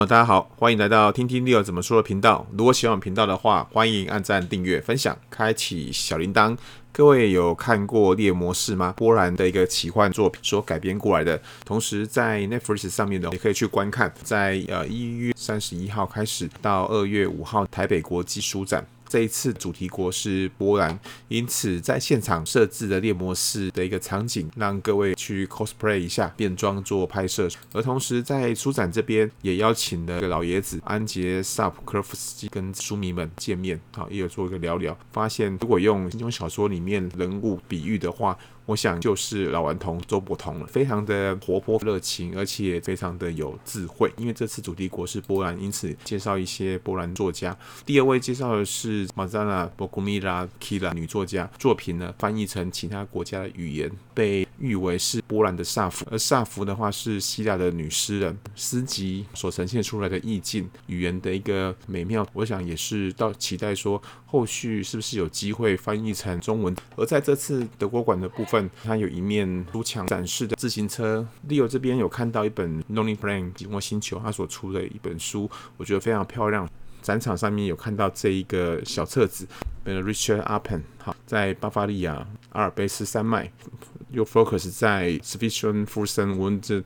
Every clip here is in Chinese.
大家好，欢迎来到听听Leo怎么说的频道。如果喜欢我频道的话，欢迎按赞、订阅、分享、开启小铃铛。各位有看过《猎魔士》吗？波兰的一个奇幻作品所改编过来的，同时在 Netflix 上面的也可以去观看。在1月31号开始到2月5号台北国际书展。这一次主题国是波兰，因此在现场设置的猎魔士的一个场景，让各位去 cosplay 一下，变装做拍摄。而同时在书展这边也邀请了老爷子安杰萨普科夫斯基跟书迷们见面，也有做一个聊聊。发现如果用金庸小说里面人物比喻的话，我想就是老顽童周伯通了，非常的活泼热情，而且非常的有智慧。因为这次主题国是波兰，因此介绍一些波兰作家。第二位介绍的是马扎纳·博古米拉·基拉女作家，作品呢翻译成其他国家的语言，被誉为是波兰的萨福。而萨福的话是希腊的女诗人，诗集所呈现出来的意境、语言的一个美妙，我想也是到期待说后续是不是有机会翻译成中文。而在这次德国馆的部分，它有一面书墙展示的自行车。Leo 这边有看到一本 Lonely Planet 寂寞星球，他所出的一本书，我觉得非常漂亮。展场上面有看到这一个小册子 Richard Appen 在巴伐利亚阿尔卑斯山脉，又 focus 在 Zwischen-Fürsten und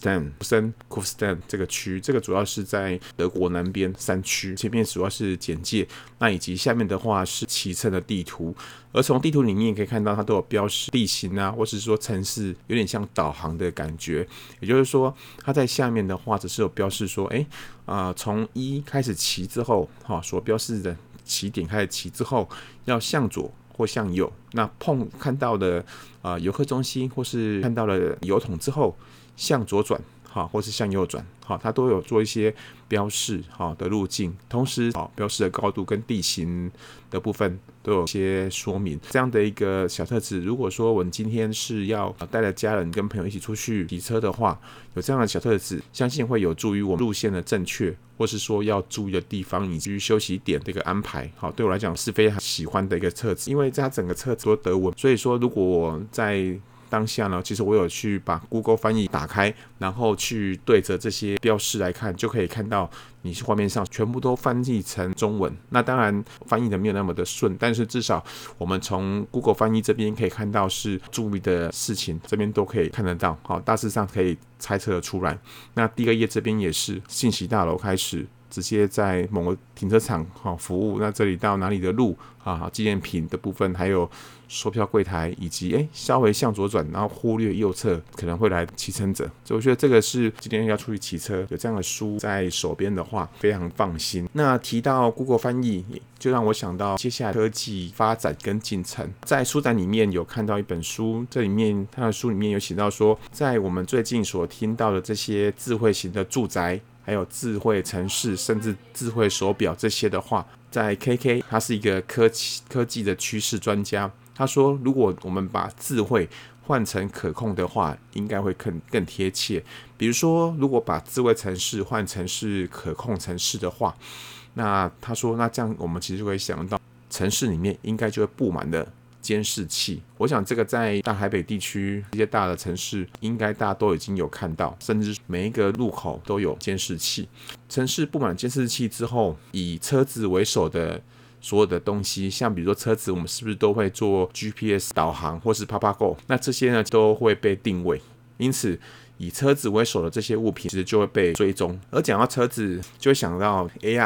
Kufstein 这个区，这个主要是在德国南边山区，前面主要是简介，那以及下面的话是骑乘的地图。而从地图里面可以看到它都有标示地形啊，或是说城市，有点像导航的感觉。也就是说它在下面的话只是有标示说从1开始骑之后所标示的起点开始骑之后要向左或向右，那看到的游客中心或是看到了油桶之后向左转或是向右转，它都有做一些标示的路径，同时标示的高度跟地形的部分都有一些说明。这样的一个小册子，如果说我们今天是要带着家人跟朋友一起出去骑车的话，有这样的小册子，相信会有助于我们路线的正确，或是说要注意的地方以及休息点的一个安排。对我来讲是非常喜欢的一个册子，因为它整个册子都德文，所以说如果我在当下呢，其实我有去把 Google 翻译打开，然后去对着这些标示来看，就可以看到你画面上全部都翻译成中文。那当然翻译的没有那么的顺，但是至少我们从 Google 翻译这边可以看到是注意的事情，这边都可以看得到，大致上可以猜测得出来。那第二页这边也是信息大楼开始直接在某个停车场服务，那这里到哪里的路纪念品的部分，还有售票柜台，以及稍微向左转，然后忽略右侧可能会来骑乘者。所以我觉得这个是今天要出去骑车有这样的书在手边的话非常放心。那提到 Google 翻译，就让我想到接下来科技发展跟进程。在书展里面有看到一本书，这里面它的书里面有写到说，在我们最近所听到的这些智慧型的住宅，还有智慧城市，甚至智慧手表这些的话，在 KK 他是一个科技的趋势专家，他说如果我们把智慧换成可控的话，应该会更贴切。比如说如果把智慧城市换成是可控城市的话，那他说那这样我们其实就会想到城市里面应该就会布满了监视器。我想这个在大台北地区这些大的城市应该大家都已经有看到，甚至每一个路口都有监视器。城市布满监视器之后，以车子为首的所有的东西，像比如说车子我们是不是都会做 GPS 导航或是 PapaGo， 那这些呢都会被定位，因此以车子为首的这些物品其实就会被追踪。而讲到车子就会想到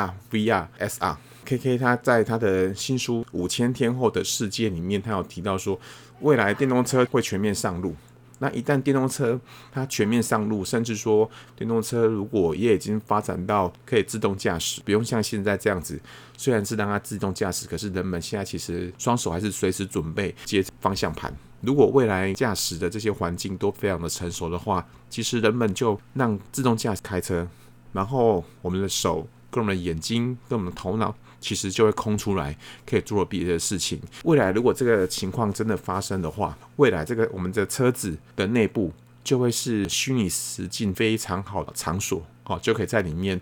AR、VR、SR。KK 他在他的新书《5000天后的世界》里面，他有提到说，未来电动车会全面上路。那一旦电动车它全面上路，甚至说电动车如果也已经发展到可以自动驾驶，不用像现在这样子，虽然是让它自动驾驶，可是人们现在其实双手还是随时准备接方向盘。如果未来驾驶的这些环境都非常的成熟的话，其实人们就让自动驾驶开车，然后我们的手跟我们的眼睛跟我们的头脑其实就会空出来，可以做别的事情。未来如果这个情况真的发生的话，未来这个我们的车子的内部就会是虚拟实境非常好的场所，就可以在里面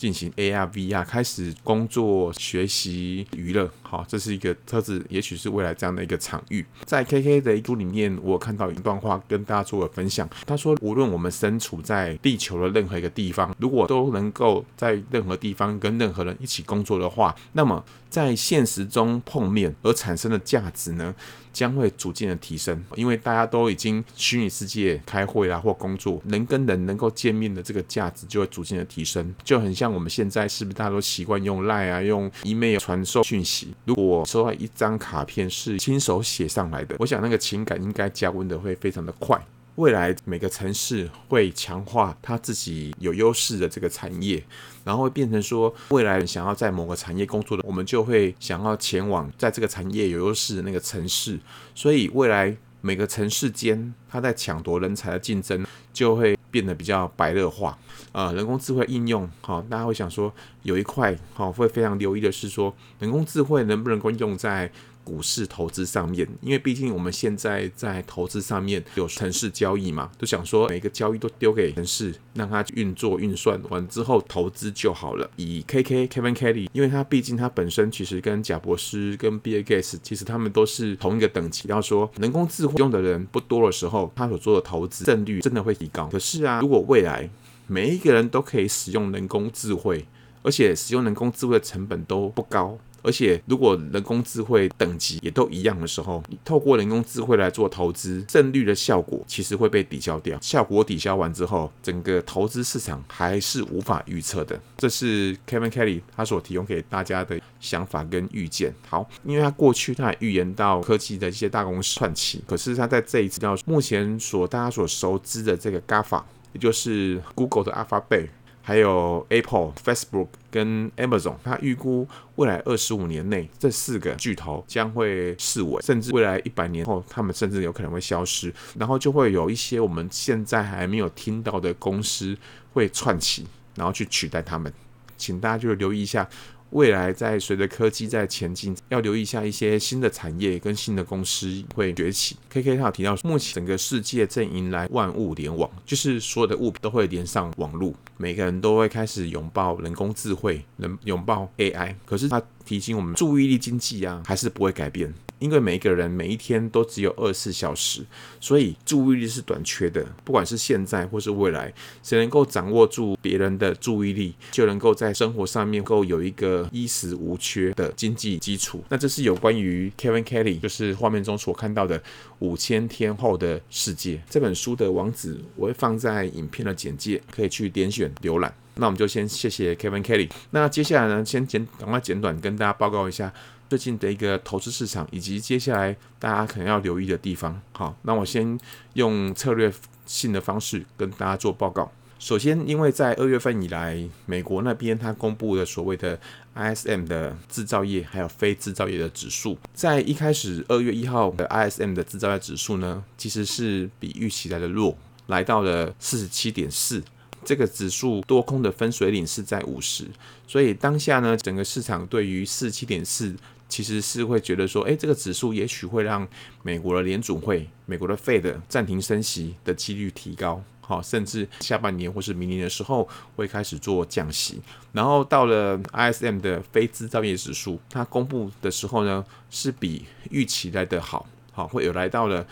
进行 AR、VR， 开始工作、学习、娱乐。好，这是一个车子，也许是未来这样的一个场域。在 KK 的一书里面，我看到一段话跟大家做个分享。他说，无论我们身处在地球的任何一个地方，如果都能够在任何地方跟任何人一起工作的话，那么在现实中碰面而产生的价值呢，将会逐渐的提升。因为大家都已经虚拟世界开会啦或工作，人跟人能够见面的这个价值就会逐渐的提升。就很像我们现在是不是大家都习惯用 LINE 啊，用 email 传授讯息？如果收到一张卡片是亲手写上来的，我想那个情感应该加温的会非常的快。未来每个城市会强化它自己有优势的这个产业，然后会变成说，未来想要在某个产业工作的，我们就会想要前往在这个产业有优势的那个城市。所以未来每个城市间，它在抢夺人才的竞争就会变得比较白热化。人工智慧应用，大家会想说，有一块会非常留意的是说，人工智慧能不能够用在股市投资上面？因为毕竟我们现在在投资上面有程式交易嘛，就想说每个交易都丢给程式，让它运作运算完之后投资就好了。以 Kevin Kelly， 因为他毕竟他本身其实跟贾博士跟 Bill Gates 其实他们都是同一个等级，要说人工智慧用的人不多的时候，他所做的投资胜率真的会提高。可是如果未来每一个人都可以使用人工智慧，而且使用人工智慧的成本都不高，而且如果人工智慧等级也都一样的时候，透过人工智慧来做投资，胜率的效果其实会被抵消掉。效果抵消完之后，整个投资市场还是无法预测的。这是 Kevin Kelly 他所提供给大家的想法跟预见。好，因为他过去他也预言到科技的一些大公司串起，可是他在这一次到目前大家所熟知的这个 GAFA， 也就是 Google 的 Alphabet，还有 Apple、Facebook 跟 Amazon， 他预估未来25年内，这4个巨头将会式微，甚至未来100年后，他们甚至有可能会消失。然后就会有一些我们现在还没有听到的公司会串起，然后去取代他们。请大家就留意一下，未来在随着科技在前进，要留意一下一些新的产业跟新的公司会崛起。KK 他有提到，目前整个世界正迎来万物联网，就是所有的物品都会连上网络，每个人都会开始拥抱人工智慧，拥抱 AI。可是他提醒我们，注意力经济还是不会改变。因为每一个人每一天都只有24小时，所以注意力是短缺的。不管是现在或是未来，谁能够掌握住别人的注意力，就能够在生活上面够有一个衣食无缺的经济基础。那这是有关于 Kevin Kelly， 就是画面中所看到的5000天后的世界。这本书的网址我会放在影片的简介，可以去点选浏览。那我们就先谢谢 Kevin Kelly。那接下来呢，先赶快简短跟大家报告一下最近的一个投资市场，以及接下来大家可能要留意的地方。好，那我先用策略性的方式跟大家做报告。首先，因为在2月份以来，美国那边它公布了所谓的 ISM 的制造业还有非制造业的指数，在一开始2月1号的 ISM 的制造业指数呢，其实是比预期来的弱，来到了 47.4。这个指数多空的分水岭是在50，所以当下呢，整个市场对于 47.4其实是会觉得说，这个指数也许会让美国的联准会、美国的 Fed 暂停升息的几率提高，甚至下半年或是明年的时候会开始做降息。然后到了 ISM 的非制造业指数，它公布的时候呢，是比预期来的好，会有来到了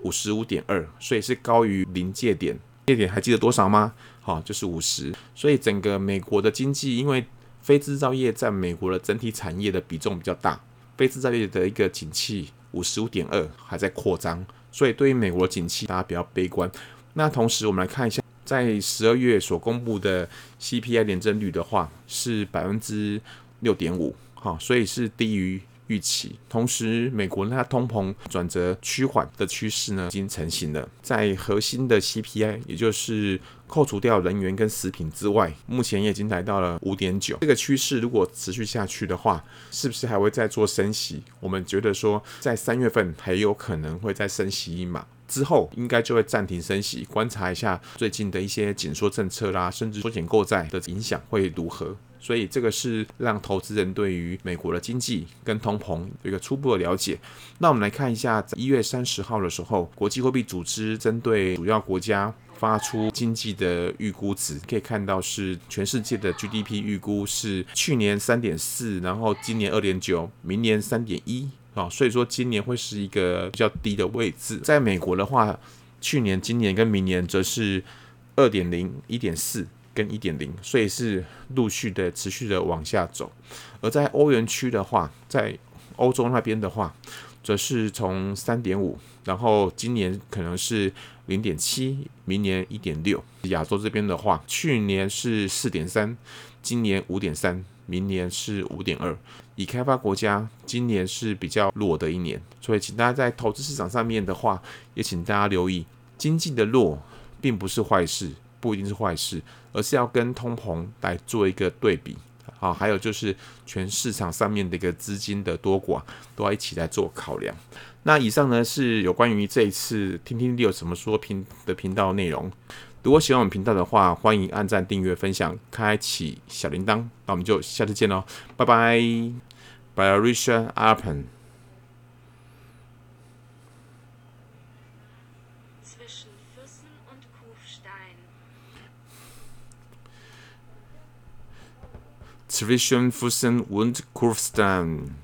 55.2， 所以是高于临界点。还记得多少吗？就是50。所以整个美国的经济，因为非制造业占美国的整体产业的比重比较大，非制造业的一个景气 55.2 还在扩张，所以对于美国的景气大家比较悲观。那同时我们来看一下，在12月所公布的 CPI 年增率的话是 6.5%， 所以是低于预期。同时美国它通膨转折趋缓的趋势呢已经成型了，在核心的 CPI 也就是扣除掉能源跟食品之外，目前也已经来到了 5.9。 这个趋势如果持续下去的话，是不是还会再做升息？我们觉得说在3月份还有可能会再升息一码，之后应该就会暂停升息，观察一下最近的一些紧缩政策啦，甚至缩减购债的影响会如何。所以这个是让投资人对于美国的经济跟通膨有一个初步的了解。那我们来看一下，在1月30号的时候，国际货币组织针对主要国家发出经济的预估值，可以看到是全世界的 GDP 预估是去年3.4，然后今年2.9，明年3.1。所以说今年会是一个比较低的位置。在美国的话，去年、今年跟明年则是2.0、1.4跟1.0，所以是陆续的持续的往下走。而在欧元区的话，在欧洲那边的话，则是从3.5，然后今年可能是0.7，明年1.6。亚洲这边的话，去年是4.3，今年5.3，明年是5.2。已开发国家今年是比较弱的一年，所以请大家在投资市场上面的话，也请大家留意，经济的弱并不是坏事，不一定是坏事，而是要跟通膨来做一个对比。还有就是全市场上面的一个资金的多寡都要一起来做考量。那以上呢是有关于这一次听听Leo怎么说的频道内容。如果喜欢我们频道的话，欢迎按赞、订阅、分享、开启小铃铛。那我们就下次见喽，拜拜。Bayerischer Alpen zwischen Füssen und Kufstein. Zwischen Füssen und Kufstein